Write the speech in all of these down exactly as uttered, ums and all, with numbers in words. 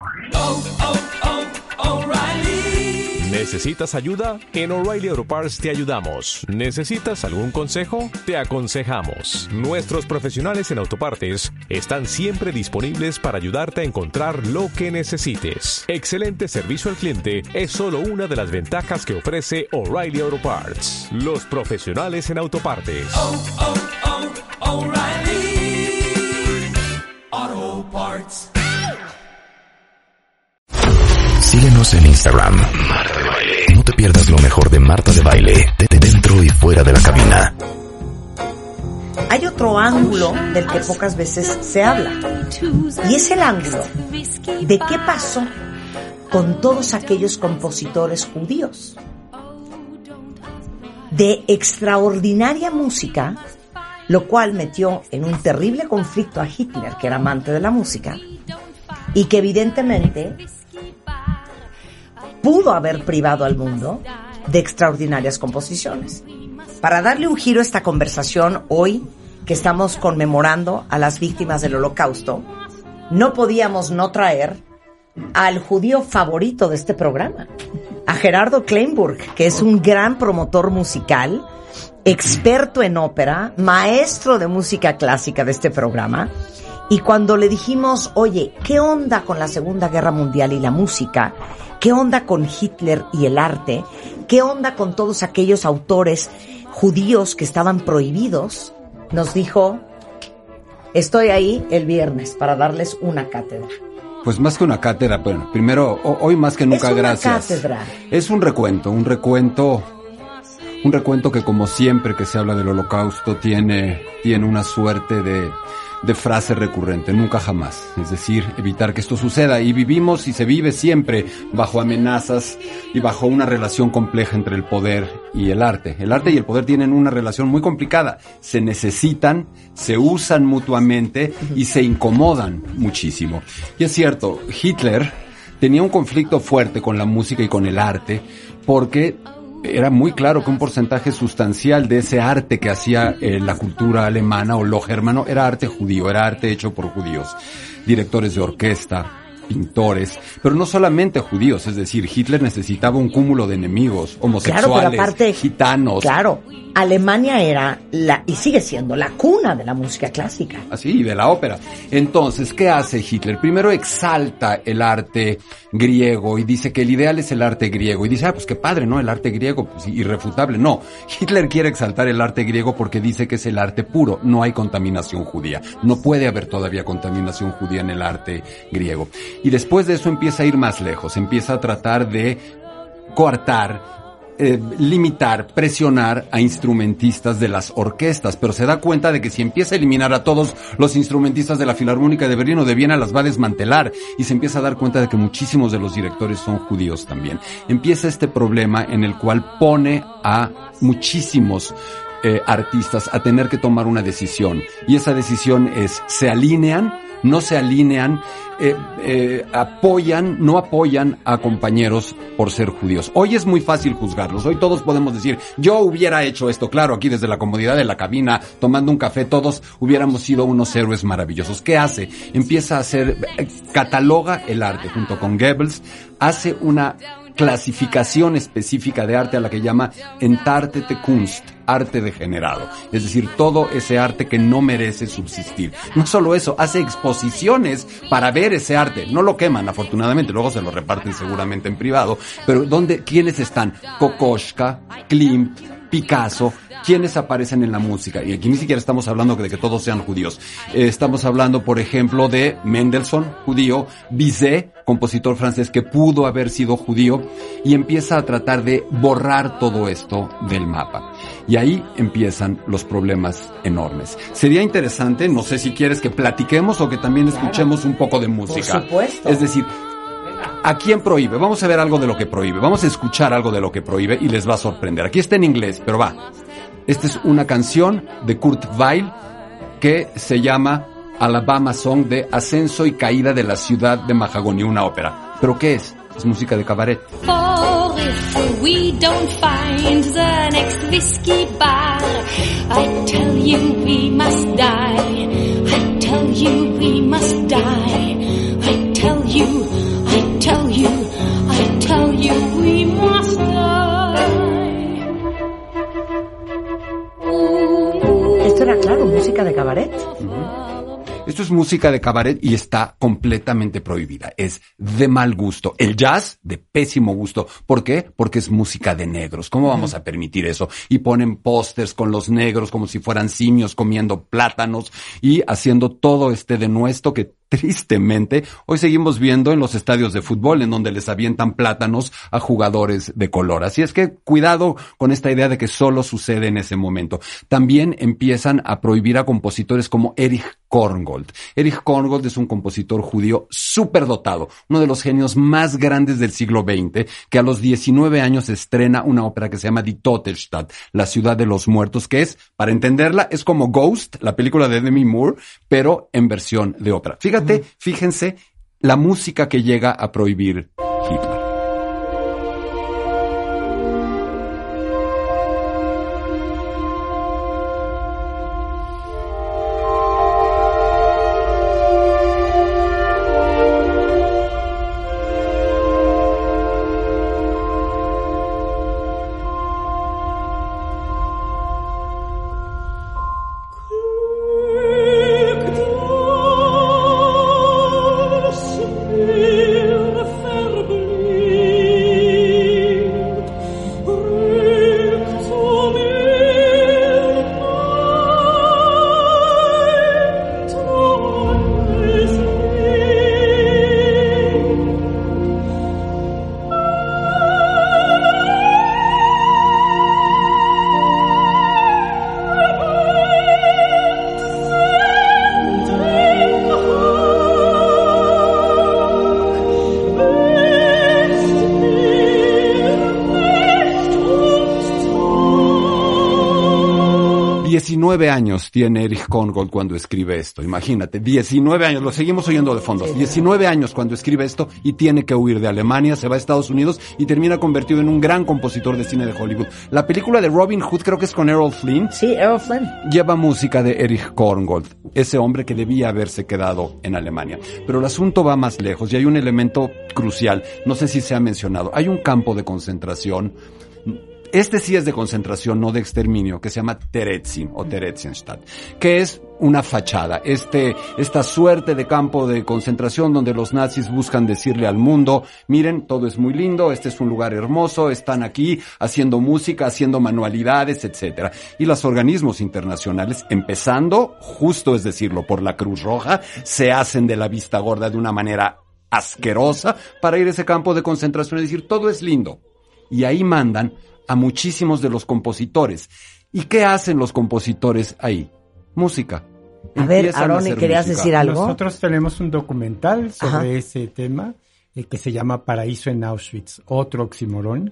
Oh, oh, oh, O'Reilly. ¿Necesitas ayuda? En O'Reilly Auto Parts te ayudamos. ¿Necesitas algún consejo? Te aconsejamos. Nuestros profesionales en autopartes están siempre disponibles para ayudarte a encontrar lo que necesites. Excelente servicio al cliente es solo una de las ventajas que ofrece O'Reilly Auto Parts. Los profesionales en autopartes. Oh, oh, oh, O'Reilly Auto Parts. Síguenos en Instagram, Marta de Baile. No te pierdas lo mejor de Marta de Baile, de dentro y fuera de la cabina. Hay otro ángulo del que pocas veces se habla, y es el ángulo de qué pasó con todos aquellos compositores judíos de extraordinaria música, lo cual metió en un terrible conflicto a Hitler, que era amante de la música, y que evidentemente pudo haber privado al mundo de extraordinarias composiciones. Para darle un giro a esta conversación, hoy que estamos conmemorando a las víctimas del Holocausto, no podíamos no traer al judío favorito de este programa, a Gerardo Kleinburg, que es un gran promotor musical, experto en ópera, maestro de música clásica de este programa. Y cuando le dijimos, oye, ¿qué onda con la Segunda Guerra Mundial y la música? ¿Qué onda con Hitler y el arte? ¿Qué onda con todos aquellos autores judíos que estaban prohibidos? Nos dijo, estoy ahí el viernes para darles una cátedra. Pues más que una cátedra, bueno, primero, hoy más que nunca, es una gracias. Cátedra. Es un recuento, un recuento, un recuento que como siempre que se habla del Holocausto tiene, tiene una suerte de... de frase recurrente, nunca jamás. Es decir, evitar que esto suceda. Y vivimos y se vive siempre bajo amenazas y bajo una relación compleja entre el poder y el arte. El arte y el poder tienen una relación muy complicada. Se necesitan, se usan mutuamente y se incomodan muchísimo. Y es cierto, Hitler tenía un conflicto fuerte con la música y con el arte porque era muy claro que un porcentaje sustancial de ese arte que hacía eh, la cultura alemana o lo germano era arte judío, era arte hecho por judíos, directores de orquesta, pintores, pero no solamente judíos, es decir, Hitler necesitaba un cúmulo de enemigos, homosexuales, claro, pero aparte, gitanos. Claro, Alemania era la, y sigue siendo la cuna de la música clásica. Así, y de la ópera. Entonces, ¿qué hace Hitler? Primero exalta el arte griego y dice que el ideal es el arte griego. Y dice, ah, pues qué padre, ¿no? El arte griego, pues irrefutable. No, Hitler quiere exaltar el arte griego porque dice que es el arte puro. No hay contaminación judía. No puede haber todavía contaminación judía en el arte griego. Y después de eso empieza a ir más lejos. Empieza a tratar de coartar, Eh, limitar, presionar a instrumentistas de las orquestas, pero se da cuenta de que si empieza a eliminar a todos los instrumentistas de la Filarmónica de Berlín o de Viena, las va a desmantelar, y se empieza a dar cuenta de que muchísimos de los directores son judíos también. Empieza este problema en el cual pone a muchísimos eh, artistas a tener que tomar una decisión, y esa decisión es, ¿se alinean? No se alinean, eh, eh, apoyan, no apoyan a compañeros por ser judíos. Hoy es muy fácil juzgarlos, hoy todos podemos decir, yo hubiera hecho esto, claro, aquí desde la comodidad de la cabina, tomando un café, todos hubiéramos sido unos héroes maravillosos. ¿Qué hace? Empieza a hacer, eh, cataloga el arte junto con Goebbels, hace una clasificación específica de arte a la que llama Entartete Kunst, arte degenerado, es decir, todo ese arte que no merece subsistir. No solo eso, hace exposiciones para ver ese arte, no lo queman afortunadamente, luego se lo reparten seguramente en privado, pero ¿dónde, quiénes están? Kokoschka, Klimt, Picasso, ¿quiénes aparecen en la música? Y aquí ni siquiera estamos hablando de que todos sean judíos. Eh, estamos hablando, por ejemplo, de Mendelssohn, judío, Bizet, compositor francés que pudo haber sido judío, y empieza a tratar de borrar todo esto del mapa. Y ahí empiezan los problemas enormes. Sería interesante, no sé si quieres que platiquemos o que también escuchemos claro. un poco de música. Por supuesto. Es decir, ¿a quién prohíbe? Vamos a ver algo de lo que prohíbe. Vamos a escuchar algo de lo que prohíbe y les va a sorprender. Aquí está en inglés, pero va. Esta es una canción de Kurt Weill que se llama Alabama Song, de Ascenso y Caída de la Ciudad de Mahagoni, una ópera. ¿Pero qué es? Es música de cabaret. For if we don't find the next whiskey bar, I tell you we must die. I tell you we must die. I tell you Esto es música de cabaret y está completamente prohibida. Es de mal gusto. El jazz, de pésimo gusto. ¿Por qué? Porque es música de negros. ¿Cómo vamos a permitir eso? Y ponen pósters con los negros como si fueran simios comiendo plátanos y haciendo todo este denuesto que tristemente hoy seguimos viendo en los estadios de fútbol, en donde les avientan plátanos a jugadores de color. Así es que cuidado con esta idea de que solo sucede en ese momento. También empiezan a prohibir a compositores como Erich Korngold. Erich Korngold es un compositor judío superdotado, uno de los genios más grandes del siglo veinte, que a los diecinueve años estrena una ópera que se llama Die Totestadt, la ciudad de los muertos, que es, para entenderla, es como Ghost, la película de Demi Moore, pero en versión de ópera. Fíjate, uh-huh. Fíjense la música que llega a prohibir Hitler. diecinueve años tiene Erich Korngold cuando escribe esto, imagínate, diecinueve años, lo seguimos oyendo de fondo, diecinueve años cuando escribe esto y tiene que huir de Alemania, se va a Estados Unidos y termina convertido en un gran compositor de cine de Hollywood. La película de Robin Hood, creo que es con Errol Flynn. Sí, Errol Flynn. Lleva música de Erich Korngold, ese hombre que debía haberse quedado en Alemania. Pero el asunto va más lejos y hay un elemento crucial, no sé si se ha mencionado, hay un campo de concentración. Este sí es de concentración, no de exterminio, que se llama Terezin o Theresienstadt, que es una fachada, este, esta suerte de campo de concentración donde los nazis buscan decirle al mundo, miren, todo es muy lindo, este es un lugar hermoso, están aquí haciendo música, haciendo manualidades, etcétera. Y los organismos internacionales, empezando, justo es decirlo, por la Cruz Roja, se hacen de la vista gorda de una manera asquerosa para ir a ese campo de concentración y decir, todo es lindo. Y ahí mandan a muchísimos de los compositores. ¿Y qué hacen los compositores ahí? Música. A ver, Aaron, ¿querías música. decir algo? Nosotros tenemos un documental sobre Ajá. ese tema eh, que se llama Paraíso en Auschwitz, otro oxímoron,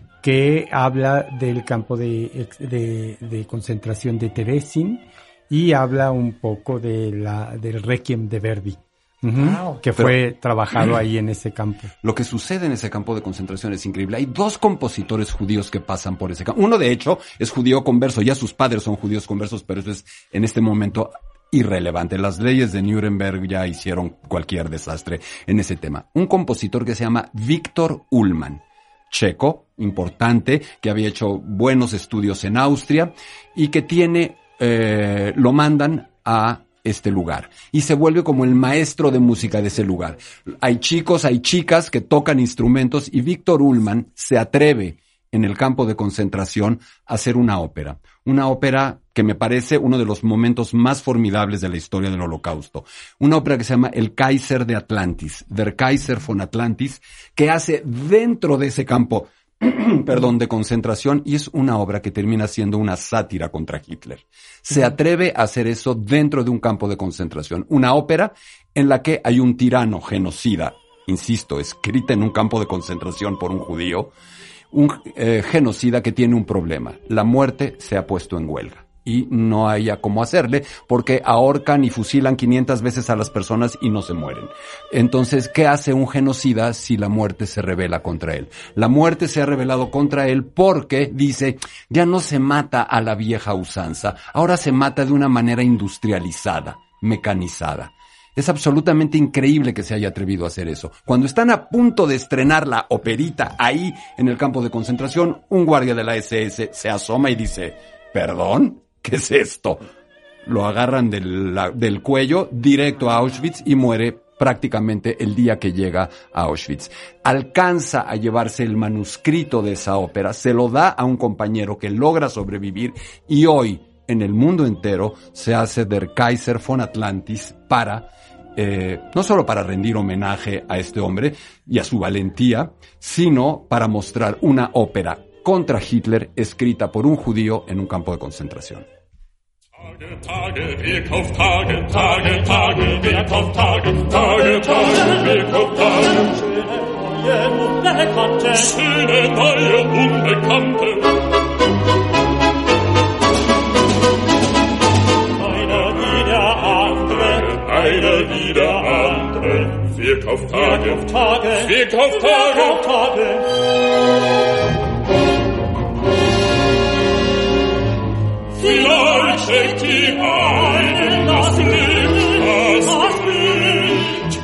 que habla del campo de, de, de concentración de Terezin y habla un poco de la, del Requiem de Verdi. Uh-huh, wow. Que fue Pero, trabajado ahí en ese campo. Lo que sucede en ese campo de concentración es increíble. Hay dos compositores judíos que pasan por ese campo. Uno, de hecho, es judío converso. Ya sus padres son judíos conversos, pero eso es en este momento irrelevante. Las leyes de Nuremberg ya hicieron cualquier desastre en ese tema. Un compositor que se llama Viktor Ullmann, checo, importante, que había hecho buenos estudios en Austria y que tiene, eh, lo mandan a este lugar y se vuelve como el maestro de música de ese lugar. Hay chicos, hay chicas que tocan instrumentos y Viktor Ullmann se atreve en el campo de concentración a hacer una ópera. Una ópera que me parece uno de los momentos más formidables de la historia del Holocausto. Una ópera que se llama El Kaiser de Atlantis, Der Kaiser von Atlantis, que hace dentro de ese campo perdón, de concentración, y es una obra que termina siendo una sátira contra Hitler. Se atreve a hacer eso dentro de un campo de concentración. Una ópera en la que hay un tirano genocida, insisto, escrita en un campo de concentración por un judío, un eh, genocida que tiene un problema. La muerte se ha puesto en huelga. Y no haya cómo hacerle, porque ahorcan y fusilan quinientas veces a las personas y no se mueren. Entonces, ¿qué hace un genocida si la muerte se rebela contra él? La muerte se ha rebelado contra él porque, dice, ya no se mata a la vieja usanza, ahora se mata de una manera industrializada, mecanizada. Es absolutamente increíble que se haya atrevido a hacer eso. Cuando están a punto de estrenar la operita ahí en el campo de concentración, un guardia de la ese ese se asoma y dice, ¿perdón? ¿Qué es esto? lo agarran del, la, del cuello directo a Auschwitz y muere prácticamente el día que llega a Auschwitz. Alcanza a llevarse el manuscrito de esa ópera, se lo da a un compañero que logra sobrevivir y hoy en el mundo entero se hace Der Kaiser von Atlantis para, eh, no solo para rendir homenaje a este hombre y a su valentía, sino para mostrar una ópera contra Hitler escrita por un judío en un campo de concentración. Tage, Tage, Weg auf Tage, Tage, Tage, Weg auf Tage, Tage, Tage, Weg auf Tage. Schöne neue Unbekannte. Einer wie der andere, einer wie der andere. Weg auf Tage, Weg auf Tage. Vielleicht schenkt die einen das Licht, das Licht.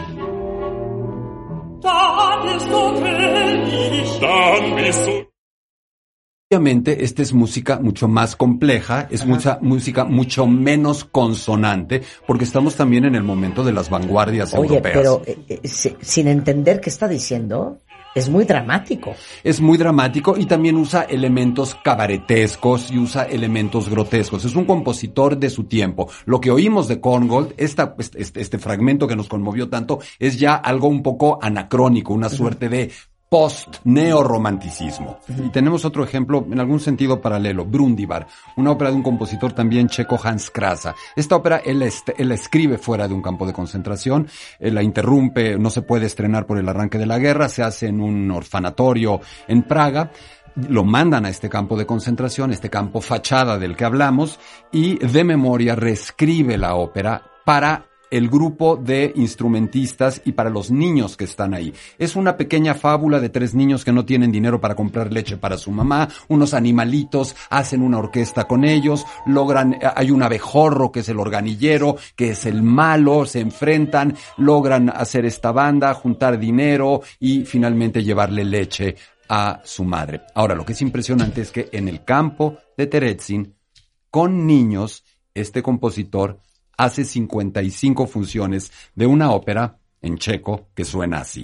Dann bist du König, dann bist du... Obviamente, esta es música mucho más compleja, es mucha música mucho menos consonante, porque estamos también en el momento de las vanguardias Oye, europeas. pero eh, eh, sin entender qué está diciendo... Es muy dramático. Es muy dramático y también usa elementos cabaretescos y usa elementos grotescos. Es un compositor de su tiempo. Lo que oímos de Korngold, esta, este, este fragmento que nos conmovió tanto, es ya algo un poco anacrónico, una suerte de post-neorromanticismo. Uh-huh. Y tenemos otro ejemplo, en algún sentido paralelo, Brundibar, una ópera de un compositor también checo, Hans Krasa. Esta ópera él, est- él la escribe fuera de un campo de concentración, él la interrumpe, no se puede estrenar por el arranque de la guerra, se hace en un orfanatorio en Praga, lo mandan a este campo de concentración, este campo fachada del que hablamos, y de memoria reescribe la ópera para el grupo de instrumentistas y para los niños que están ahí. Es una pequeña fábula de tres niños que no tienen dinero para comprar leche para su mamá, unos animalitos hacen una orquesta con ellos, logran, hay un abejorro que es el organillero, que es el malo, se enfrentan, logran hacer esta banda, juntar dinero y finalmente llevarle leche a su madre. Ahora, lo que es impresionante es que en el campo de Terezin, con niños, este compositor hace cincuenta y cinco funciones de una ópera en checo que suena así.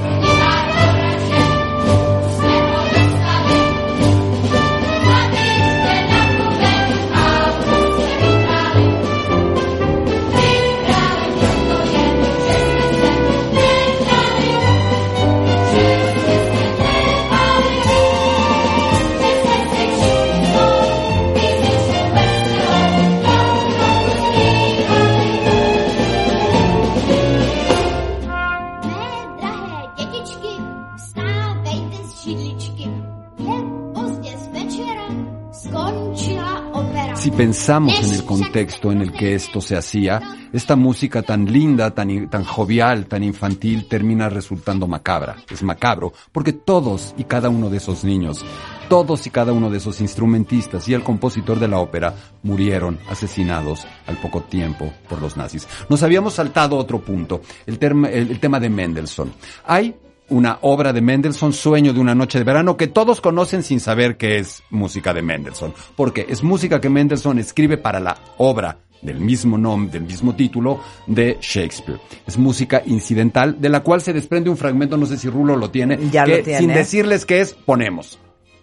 Si pensamos en el contexto en el que esto se hacía, esta música tan linda, tan, tan jovial, tan infantil, termina resultando macabra. Es macabro, porque todos y cada uno de esos niños, todos y cada uno de esos instrumentistas y el compositor de la ópera murieron asesinados al poco tiempo por los nazis. Nos habíamos saltado otro punto, el, term- el, el tema de Mendelssohn. Hay una obra de Mendelssohn, Sueño de una noche de verano, que todos conocen sin saber que es música de Mendelssohn. Porque es música que Mendelssohn escribe para la obra del mismo nombre, del mismo título, de Shakespeare. Es música incidental, de la cual se desprende un fragmento, no sé si Rulo lo tiene, ya que lo tiene. Sin decirles qué es, ponemos.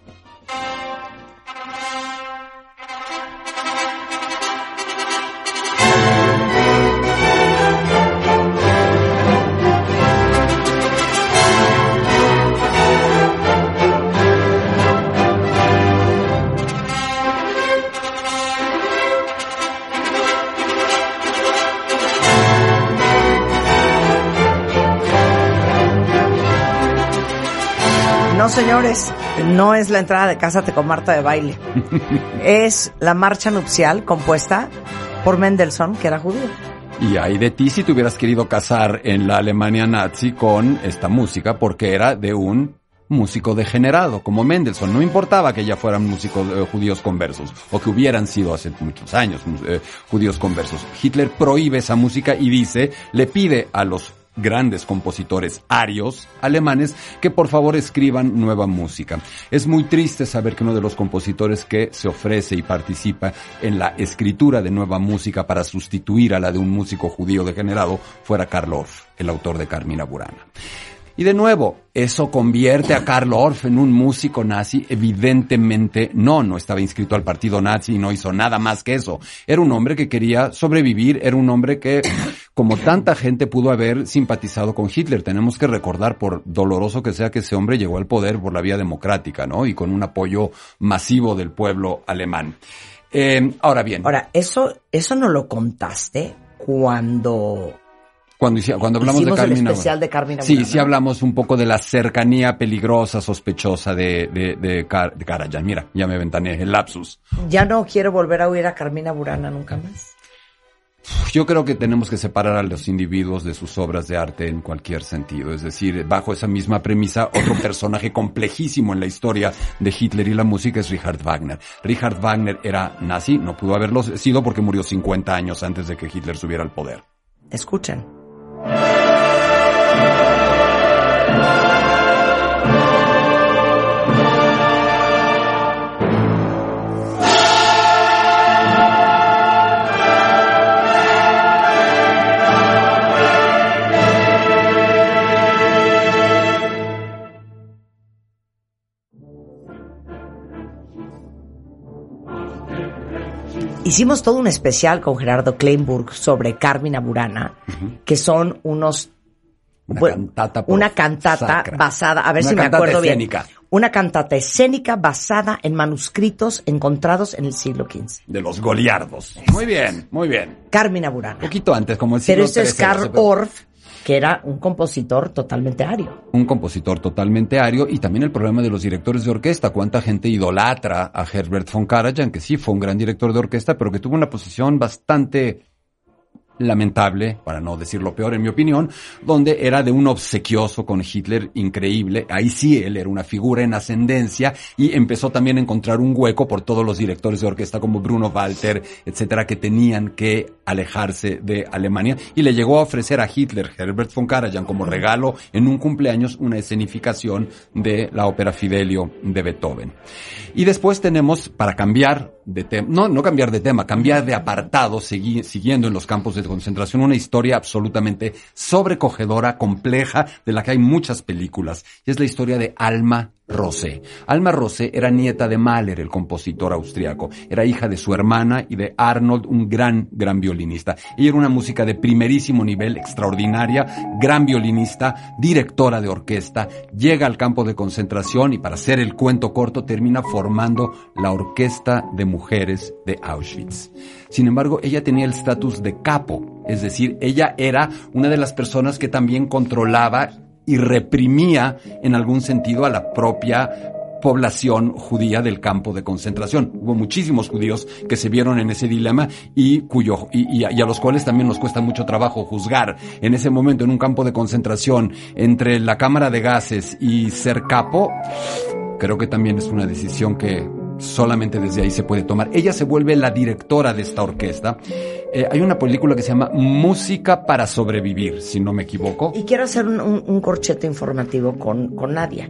No, señores, no es la entrada de Cásate con Marta de Baile. Es la marcha nupcial compuesta por Mendelssohn, que era judío. Y hay de ti si te hubieras querido casar en la Alemania nazi con esta música, porque era de un músico degenerado, como Mendelssohn. No importaba que ya fueran músicos eh, judíos conversos, o que hubieran sido hace muchos años eh, judíos conversos. Hitler prohíbe esa música y dice, le pide a los grandes compositores arios alemanes que por favor escriban nueva música. Es muy triste saber que uno de los compositores que se ofrece y participa en la escritura de nueva música para sustituir a la de un músico judío degenerado fuera Karl Orff, el autor de Carmina Burana. Y de nuevo, ¿eso convierte a Karl Orff en un músico nazi? Evidentemente no, no estaba inscrito al partido nazi y no hizo nada más que eso. Era un hombre que quería sobrevivir, era un hombre que, como tanta gente, pudo haber simpatizado con Hitler. Tenemos que recordar, por doloroso que sea, que ese hombre llegó al poder por la vía democrática, ¿no? Y con un apoyo masivo del pueblo alemán. Eh, ahora bien. Ahora, eso, eso no lo contaste cuando... Cuando, cuando hablamos Hicimos de Carmina, el especial de Carmina sí, Burana. sí hablamos un poco de la cercanía peligrosa, sospechosa de, de, de, Car, de Karajan. Mira, ya me ventaneé, el lapsus. Ya no quiero volver a oír a Carmina Burana nunca más. Yo creo que tenemos que separar a los individuos de sus obras de arte en cualquier sentido. Es decir, bajo esa misma premisa, otro personaje complejísimo en la historia de Hitler y la música es Richard Wagner. Richard Wagner era nazi, no pudo haberlo sido porque murió cincuenta años antes de que Hitler subiera al poder. Escuchen. Hicimos todo un especial con Gerardo Kleinburg sobre Carmina Burana, uh-huh. que son unos... Una bueno, cantata, una cantata sacra. basada, a ver una si me acuerdo escénica. bien. Una cantata escénica basada en manuscritos encontrados en el siglo quince. De los goliardos. Muy bien, muy bien. Carmina Burana. Un poquito antes, como el siglo Pero ese es trece, Karl Orff, que era un compositor totalmente ario. Un compositor totalmente ario, y también el problema de los directores de orquesta. Cuánta gente idolatra a Herbert von Karajan, que sí fue un gran director de orquesta, pero que tuvo una posición bastante lamentable, para no decir lo peor en mi opinión, donde era de un obsequioso con Hitler increíble. Ahí sí él era una figura en ascendencia y empezó también a encontrar un hueco por todos los directores de orquesta como Bruno Walter, etcétera, que tenían que alejarse de Alemania, y le llegó a ofrecer a Hitler, Herbert von Karajan, como regalo en un cumpleaños una escenificación de la ópera Fidelio de Beethoven. Y después tenemos, para cambiar de tema, no, no cambiar de tema, cambiar de apartado, segui- siguiendo en los campos de concentración, una historia absolutamente sobrecogedora, compleja, de la que hay muchas películas, y es la historia de Alma Rosé. Alma Rosé era nieta de Mahler, el compositor austriaco. Era hija de su hermana y de Arnold, un gran, gran violinista. Ella era una música de primerísimo nivel, extraordinaria, gran violinista, directora de orquesta. Llega al campo de concentración y, para hacer el cuento corto, termina formando la Orquesta de Mujeres de Auschwitz. Sin embargo, ella tenía el estatus de capo, es decir, ella era una de las personas que también controlaba y reprimía en algún sentido a la propia población judía del campo de concentración. Hubo muchísimos judíos que se vieron en ese dilema y cuyo y, y, y a los cuales también nos cuesta mucho trabajo juzgar. En ese momento, en un campo de concentración, entre la cámara de gases y ser capo, creo que también es una decisión que solamente desde ahí se puede tomar. Ella se vuelve la directora de esta orquesta. Eh, hay una película que se llama Música para sobrevivir, si no me equivoco. Y quiero hacer un, un, un corchete informativo con, con Nadia.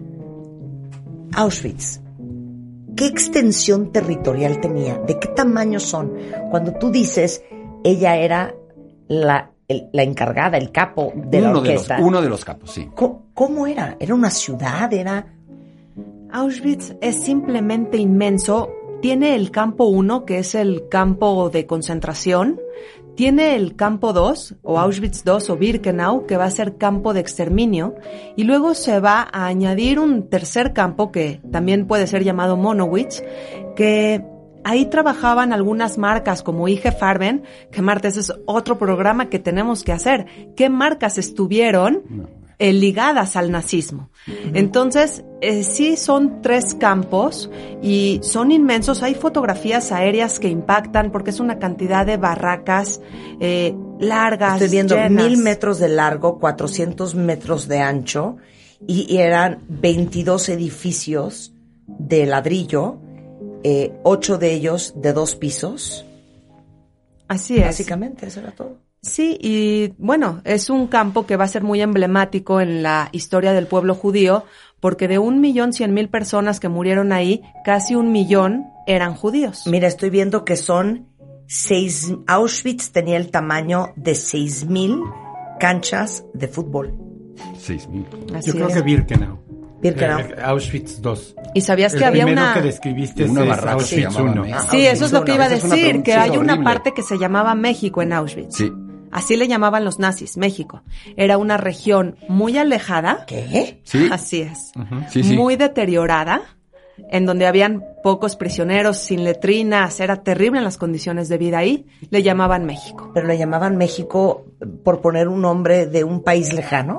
Auschwitz, ¿qué extensión territorial tenía? ¿De qué tamaño son? Cuando tú dices, ella era la, el, la encargada, el capo de uno la orquesta. De los, uno de los capos, sí. ¿Cómo, ¿Cómo era? ¿Era una ciudad? ¿Era...? Auschwitz es simplemente inmenso. Tiene el campo uno, que es el campo de concentración. Tiene el campo dos, o Auschwitz dos, o Birkenau, que va a ser campo de exterminio. Y luego se va a añadir un tercer campo, que también puede ser llamado Monowitz, que ahí trabajaban algunas marcas como I G Farben, que Marta, ese es otro programa que tenemos que hacer. ¿Qué marcas estuvieron eh, ligadas al nazismo? Entonces, eh, sí son tres campos y son inmensos. Hay fotografías aéreas que impactan porque es una cantidad de barracas eh, largas, Estoy viendo llenas. mil metros de largo, cuatrocientos metros de ancho, y, y eran veintidós edificios de ladrillo, eh, ocho de ellos de dos pisos. Así es. Básicamente, eso era todo. Sí, y bueno, es un campo que va a ser muy emblemático en la historia del pueblo judío, porque de un millón cien mil personas que murieron ahí, casi un millón eran judíos. Mira, estoy viendo que son seis, Auschwitz tenía el tamaño de seis mil canchas de fútbol. Seis mil. Así Yo creo es. que Birkenau. Birkenau. Eh, Auschwitz dos. ¿Y sabías que el había primero una... que describiste Una es barraca que se Auschwitz llamaba uno. México. Sí, eso es lo que iba a Esa es una decir, que pronunciación hay una horrible. parte que se llamaba México en Auschwitz. Sí. Así le llamaban los nazis, México. Era una región muy alejada. ¿Qué? Sí. Así es. Sí, sí. Muy deteriorada, en donde habían pocos prisioneros, sin letrinas, era terrible en las condiciones de vida ahí. Le llamaban México. Pero le llamaban México por poner un nombre de un país lejano.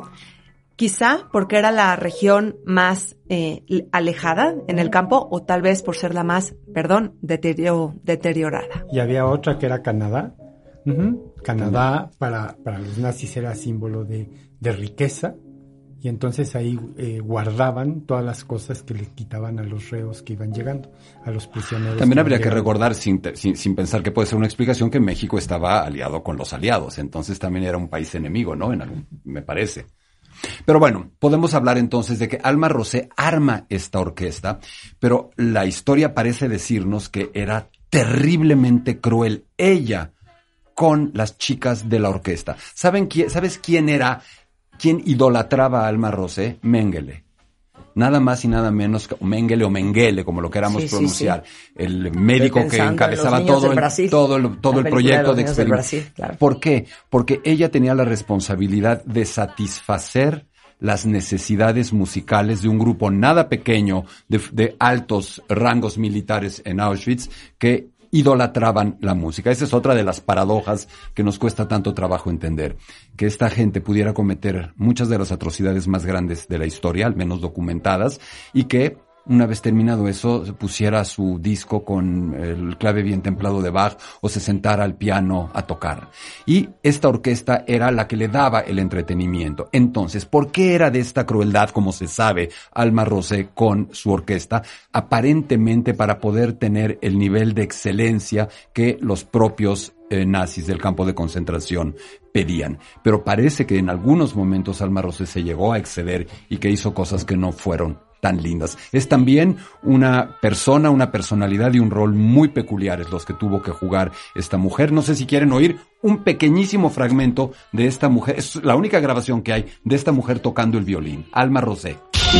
Quizá porque era la región más eh, alejada en el campo, o tal vez por ser la más, perdón, deterio- deteriorada. Y había otra que era Canadá. Ujú. Canadá para, para los nazis era símbolo de, de riqueza, y entonces ahí eh, guardaban todas las cosas que les quitaban a los reos que iban llegando, a los prisioneros. También iban habría que llegando. recordar, sin, te- sin, sin pensar que puede ser una explicación, que México estaba aliado con los aliados, entonces también era un país enemigo, ¿no? En algún, me parece. Pero bueno, podemos hablar entonces de que Alma Rosé arma esta orquesta, pero la historia parece decirnos que era terriblemente cruel ella con las chicas de la orquesta. ¿Saben quién, ¿Sabes quién era, quién idolatraba a Alma Rosé? Mengele. Nada más y nada menos que Mengele o Mengele, como lo queramos Sí, sí, pronunciar. El médico Estoy que pensando en encabezaba los niños todo del el, Brasil. todo el, todo La el película de proyecto los de niños del experimento. Brasil, claro. ¿Por qué? Porque ella tenía la responsabilidad de satisfacer las necesidades musicales de un grupo nada pequeño de, de altos rangos militares en Auschwitz que idolatraban la música. Esa es otra de las paradojas que nos cuesta tanto trabajo entender. Que esta gente pudiera cometer muchas de las atrocidades más grandes de la historia, al menos documentadas, y que una vez terminado eso, pusiera su disco con el clave bien templado de Bach o se sentara al piano a tocar. Y esta orquesta era la que le daba el entretenimiento. Entonces, ¿por qué era de esta crueldad, como se sabe, Alma Rosé con su orquesta? Aparentemente para poder tener el nivel de excelencia que los propios eh, nazis del campo de concentración pedían. Pero parece que en algunos momentos Alma Rosé se llegó a exceder y que hizo cosas que no fueron tan lindas. Es también una persona, una personalidad y un rol muy peculiares los que tuvo que jugar esta mujer. No sé si quieren oír un pequeñísimo fragmento de esta mujer. Es la única grabación que hay de esta mujer tocando el violín. Alma Rosé.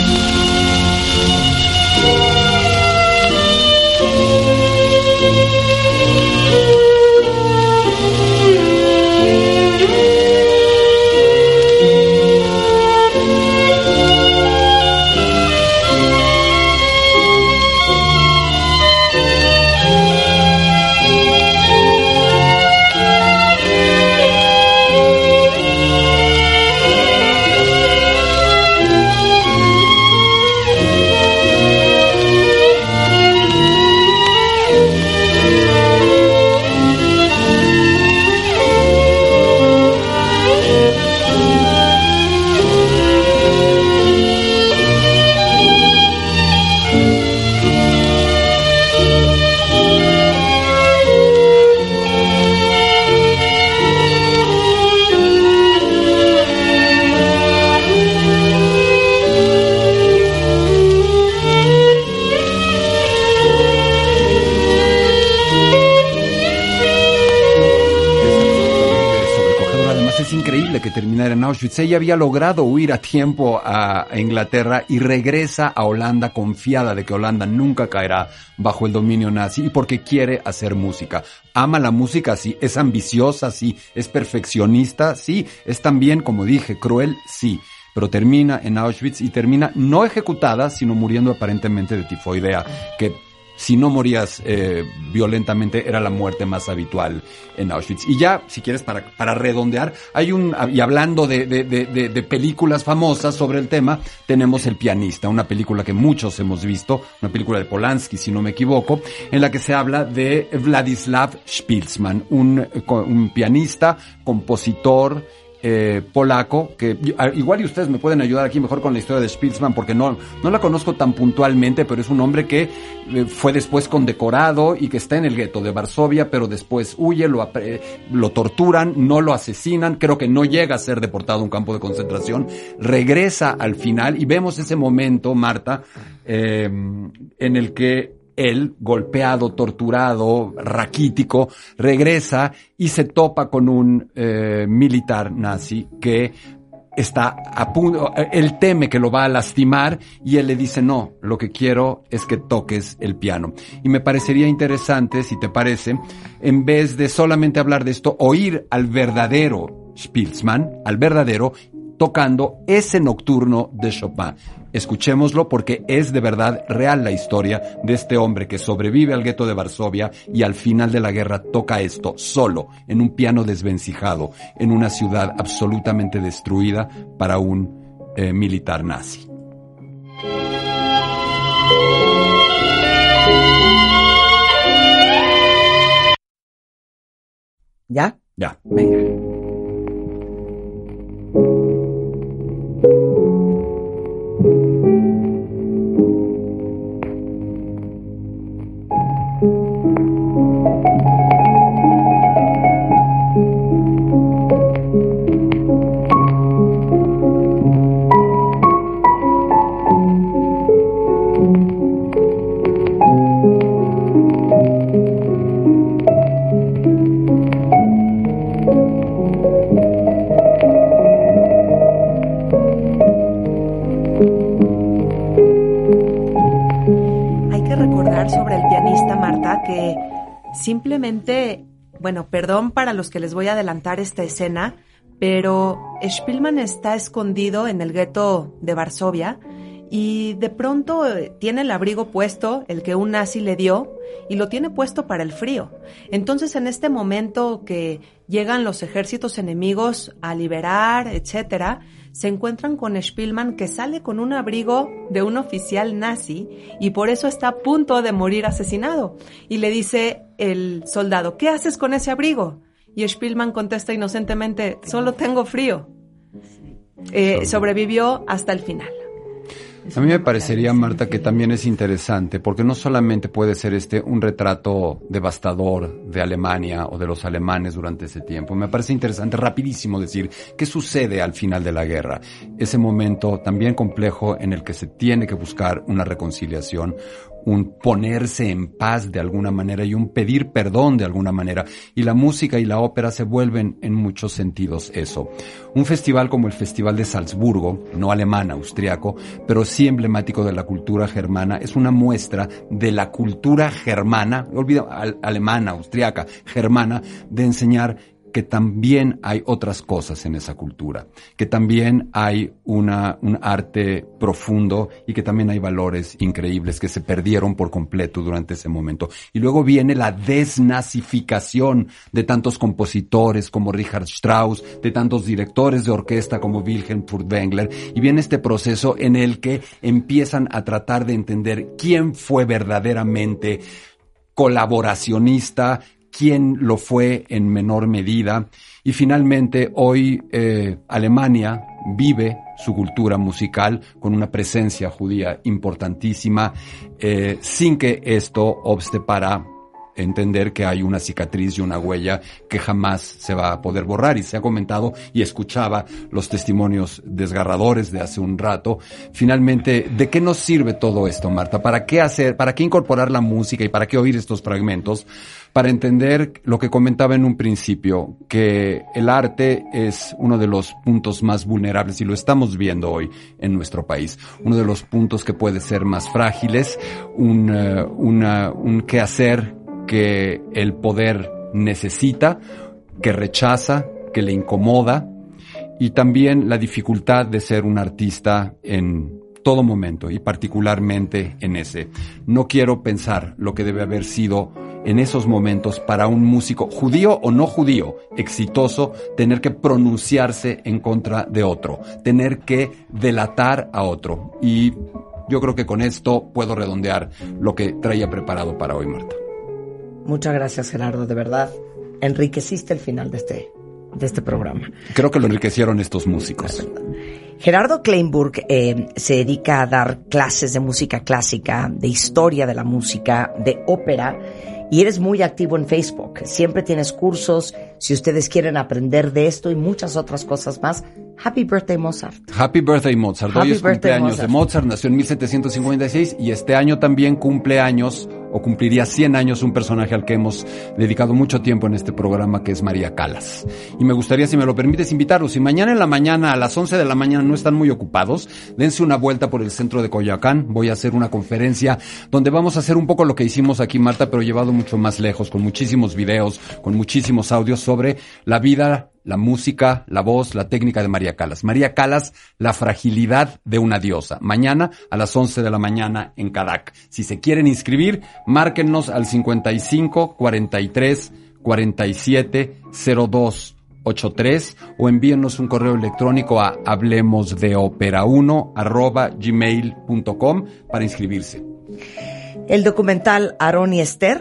Que terminara en Auschwitz. Ella había logrado huir a tiempo a, a Inglaterra y regresa a Holanda confiada de que Holanda nunca caerá bajo el dominio nazi y porque quiere hacer música. Ama la música, sí. Es ambiciosa, sí. Es perfeccionista, sí. Es también, como dije, cruel, sí. Pero termina en Auschwitz y termina no ejecutada, sino muriendo aparentemente de tifoidea, que si no morías eh, violentamente, era la muerte más habitual en Auschwitz. Y ya, si quieres, para, para redondear, hay un, y hablando de, de, de, de, de películas famosas sobre el tema, tenemos El pianista, una película que muchos hemos visto, una película de Polanski, si no me equivoco, en la que se habla de Vladislav Spilsman, un, un pianista, compositor, eh, polaco, que igual y ustedes me pueden ayudar aquí mejor con la historia de Spilsman, porque no, no la conozco tan puntualmente, pero es un hombre que eh, fue después condecorado y que está en el gueto de Varsovia, pero después huye, lo, eh, lo torturan, no lo asesinan, creo que no llega a ser deportado a un campo de concentración, regresa al final y vemos ese momento, Marta, eh, en el que él, golpeado, torturado, raquítico, regresa y se topa con un eh, militar nazi que está a punto, él teme que lo va a lastimar y él le dice, no, lo que quiero es que toques el piano. Y me parecería interesante, si te parece, en vez de solamente hablar de esto, oír al verdadero Spilsman, al verdadero, tocando ese nocturno de Chopin. Escuchémoslo porque es de verdad real la historia de este hombre que sobrevive al gueto de Varsovia y al final de la guerra toca esto solo, en un piano desvencijado, en una ciudad absolutamente destruida para un eh, militar nazi. ¿Ya? Ya. Venga. Simplemente, bueno, perdón para los que les voy a adelantar esta escena, pero Spilsman está escondido en el gueto de Varsovia y de pronto tiene el abrigo puesto, el que un nazi le dio, y lo tiene puesto para el frío. Entonces, en este momento que llegan los ejércitos enemigos a liberar, etcétera, se encuentran con Spilsman, que sale con un abrigo de un oficial nazi y por eso está a punto de morir asesinado. Y le dice el soldado, ¿qué haces con ese abrigo? Y Spilsman contesta inocentemente, solo tengo frío. Eh, sobrevivió hasta el final. A mí me parecería, Marta, que también es interesante, porque no solamente puede ser este un retrato devastador de Alemania o de los alemanes durante ese tiempo. Me parece interesante, rapidísimo decir, qué sucede al final de la guerra. Ese momento también complejo en el que se tiene que buscar una reconciliación, un ponerse en paz de alguna manera y un pedir perdón de alguna manera. Y la música y la ópera se vuelven en muchos sentidos eso. Un festival como el Festival de Salzburgo, no alemán, austriaco, pero sí emblemático de la cultura germana, es una muestra de la cultura germana, olvida, al, alemana, austriaca, germana, de enseñar que también hay otras cosas en esa cultura, que también hay una, un arte profundo y que también hay valores increíbles que se perdieron por completo durante ese momento. Y luego viene la desnazificación de tantos compositores como Richard Strauss, de tantos directores de orquesta como Wilhelm Furtwängler, y viene este proceso en el que empiezan a tratar de entender quién fue verdaderamente colaboracionista, quién lo fue en menor medida, y finalmente hoy eh, Alemania vive su cultura musical con una presencia judía importantísima, eh, sin que esto obste para entender que hay una cicatriz y una huella que jamás se va a poder borrar. Y se ha comentado, y escuchaba los testimonios desgarradores de hace un rato. Finalmente, ¿de qué nos sirve todo esto, Marta? ¿Para qué hacer, para qué incorporar la música y para qué oír estos fragmentos? Para entender lo que comentaba en un principio, que el arte es uno de los puntos más vulnerables, y lo estamos viendo hoy en nuestro país. Uno de los puntos que puede ser más frágiles, un, uh, una, un quehacer que el poder necesita, que rechaza, que le incomoda, y también la dificultad de ser un artista en todo momento y particularmente en ese. No quiero pensar lo que debe haber sido en esos momentos para un músico, judío o no judío, exitoso, tener que pronunciarse en contra de otro, tener que delatar a otro. Y yo creo que con esto puedo redondear lo que traía preparado para hoy, Marta. Muchas gracias, Gerardo, de verdad. Enriqueciste el final de este de este programa. Creo que lo enriquecieron estos músicos. Gerardo Kleinburg eh, se dedica a dar clases de música clásica, de historia de la música, de ópera, y eres muy activo en Facebook. Siempre tienes cursos, si ustedes quieren aprender de esto y muchas otras cosas más. Happy Birthday Mozart. Happy Birthday Mozart. Happy Hoy es birthday, cumpleaños Mozart. de Mozart, nació en mil setecientos cincuenta y seis y este año también cumple años, o cumpliría cien años, un personaje al que hemos dedicado mucho tiempo en este programa, que es María Callas. Y me gustaría, si me lo permites, invitarlos. Si mañana en la mañana, a las once de la mañana, no están muy ocupados, dense una vuelta por el centro de Coyoacán. Voy a hacer una conferencia donde vamos a hacer un poco lo que hicimos aquí, Marta, pero llevado mucho más lejos, con muchísimos videos, con muchísimos audios sobre la vida, la música, la voz, la técnica de María Callas. María Callas, la fragilidad de una diosa. Mañana a las once de la mañana en Cadac. Si se quieren inscribir, márquennos al cincuenta y cinco, cuarenta y tres, cuarenta y siete, cero dos ochenta y tres o envíennos un correo electrónico a hablemosdeopera uno arroba gmail punto com para inscribirse. El documental Aarón y Esther,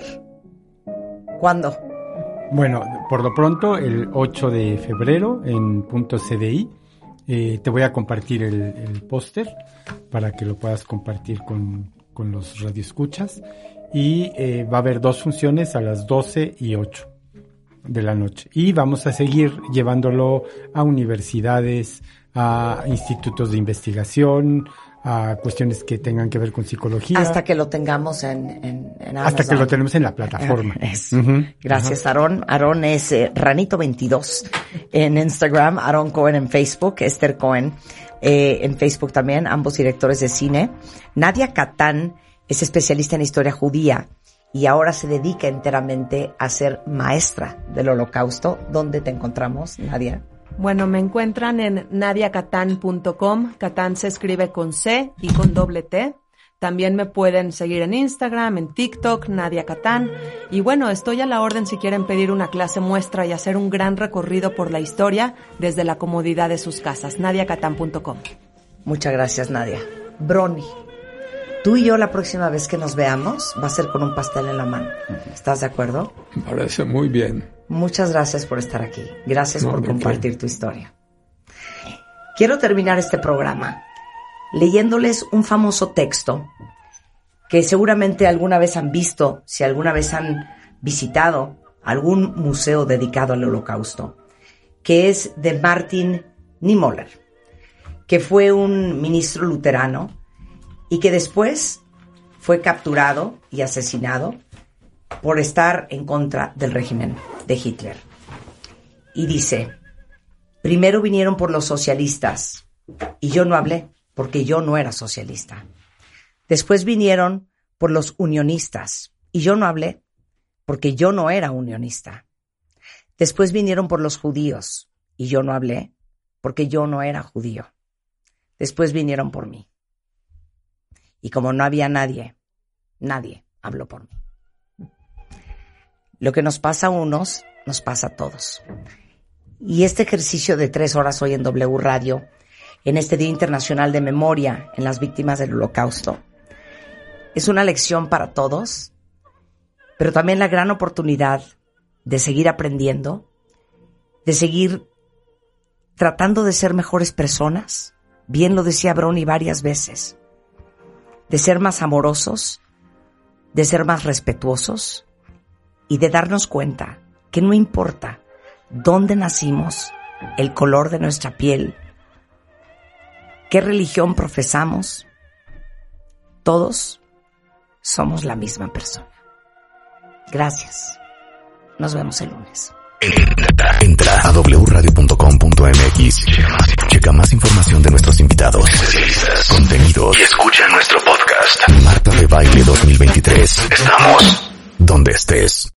¿cuándo? Bueno, por lo pronto, el ocho de febrero en punto C D I. Eh, te voy a compartir el, el póster para que lo puedas compartir con, con los radioescuchas. Y eh, va a haber dos funciones a las doce y ocho de la noche. Y vamos a seguir llevándolo a universidades, a institutos de investigación, a cuestiones que tengan que ver con psicología. Hasta que lo tengamos en, en, en Amazon. Hasta que lo tenemos en la plataforma. Es. Uh-huh. Gracias, Aarón. Aarón es eh, Ranito veintidós en Instagram, Aarón Cohen en Facebook, Esther Cohen eh, en Facebook también, ambos directores de cine. Nadia Katán es especialista en historia judía y ahora se dedica enteramente a ser maestra del Holocausto. ¿Dónde te encontramos, Nadia? Bueno, me encuentran en nadia katán punto com. Katán se escribe con C y con doble T. También me pueden seguir en Instagram, en TikTok, Nadia Katán. Y bueno, estoy a la orden si quieren pedir una clase muestra y hacer un gran recorrido por la historia desde la comodidad de sus casas. nadia katán punto com. Muchas gracias, Nadia. Brony, tú y yo la próxima vez que nos veamos va a ser con un pastel en la mano. ¿Estás de acuerdo? Me parece muy bien. Muchas gracias por estar aquí. Gracias No, por ¿de compartir tu historia. Quiero terminar este programa leyéndoles un famoso texto que seguramente alguna vez han visto, si alguna vez han visitado algún museo dedicado al Holocausto, que es de Martin Niemöller, que fue un ministro luterano y que después fue capturado y asesinado por estar en contra del régimen de Hitler. Y dice, primero vinieron por los socialistas y yo no hablé porque yo no era socialista. Después vinieron por los unionistas y yo no hablé porque yo no era unionista. Después vinieron por los judíos y yo no hablé porque yo no era judío. Después vinieron por mí. Y como no había nadie, nadie habló por mí. Lo que nos pasa a unos, nos pasa a todos. Y este ejercicio de tres horas hoy en W Radio, en este Día Internacional de Memoria en las Víctimas del Holocausto, es una lección para todos, pero también la gran oportunidad de seguir aprendiendo, de seguir tratando de ser mejores personas, bien lo decía Brony varias veces, de ser más amorosos, de ser más respetuosos, y de darnos cuenta que no importa dónde nacimos, el color de nuestra piel, qué religión profesamos, todos somos la misma persona. Gracias. Nos vemos el lunes. Entra, entra a doble u radio punto com punto m x. Checa más información de nuestros invitados, especialistas, contenidos y escucha nuestro podcast. Marta de Baile dos mil veintitrés. Estamos donde estés.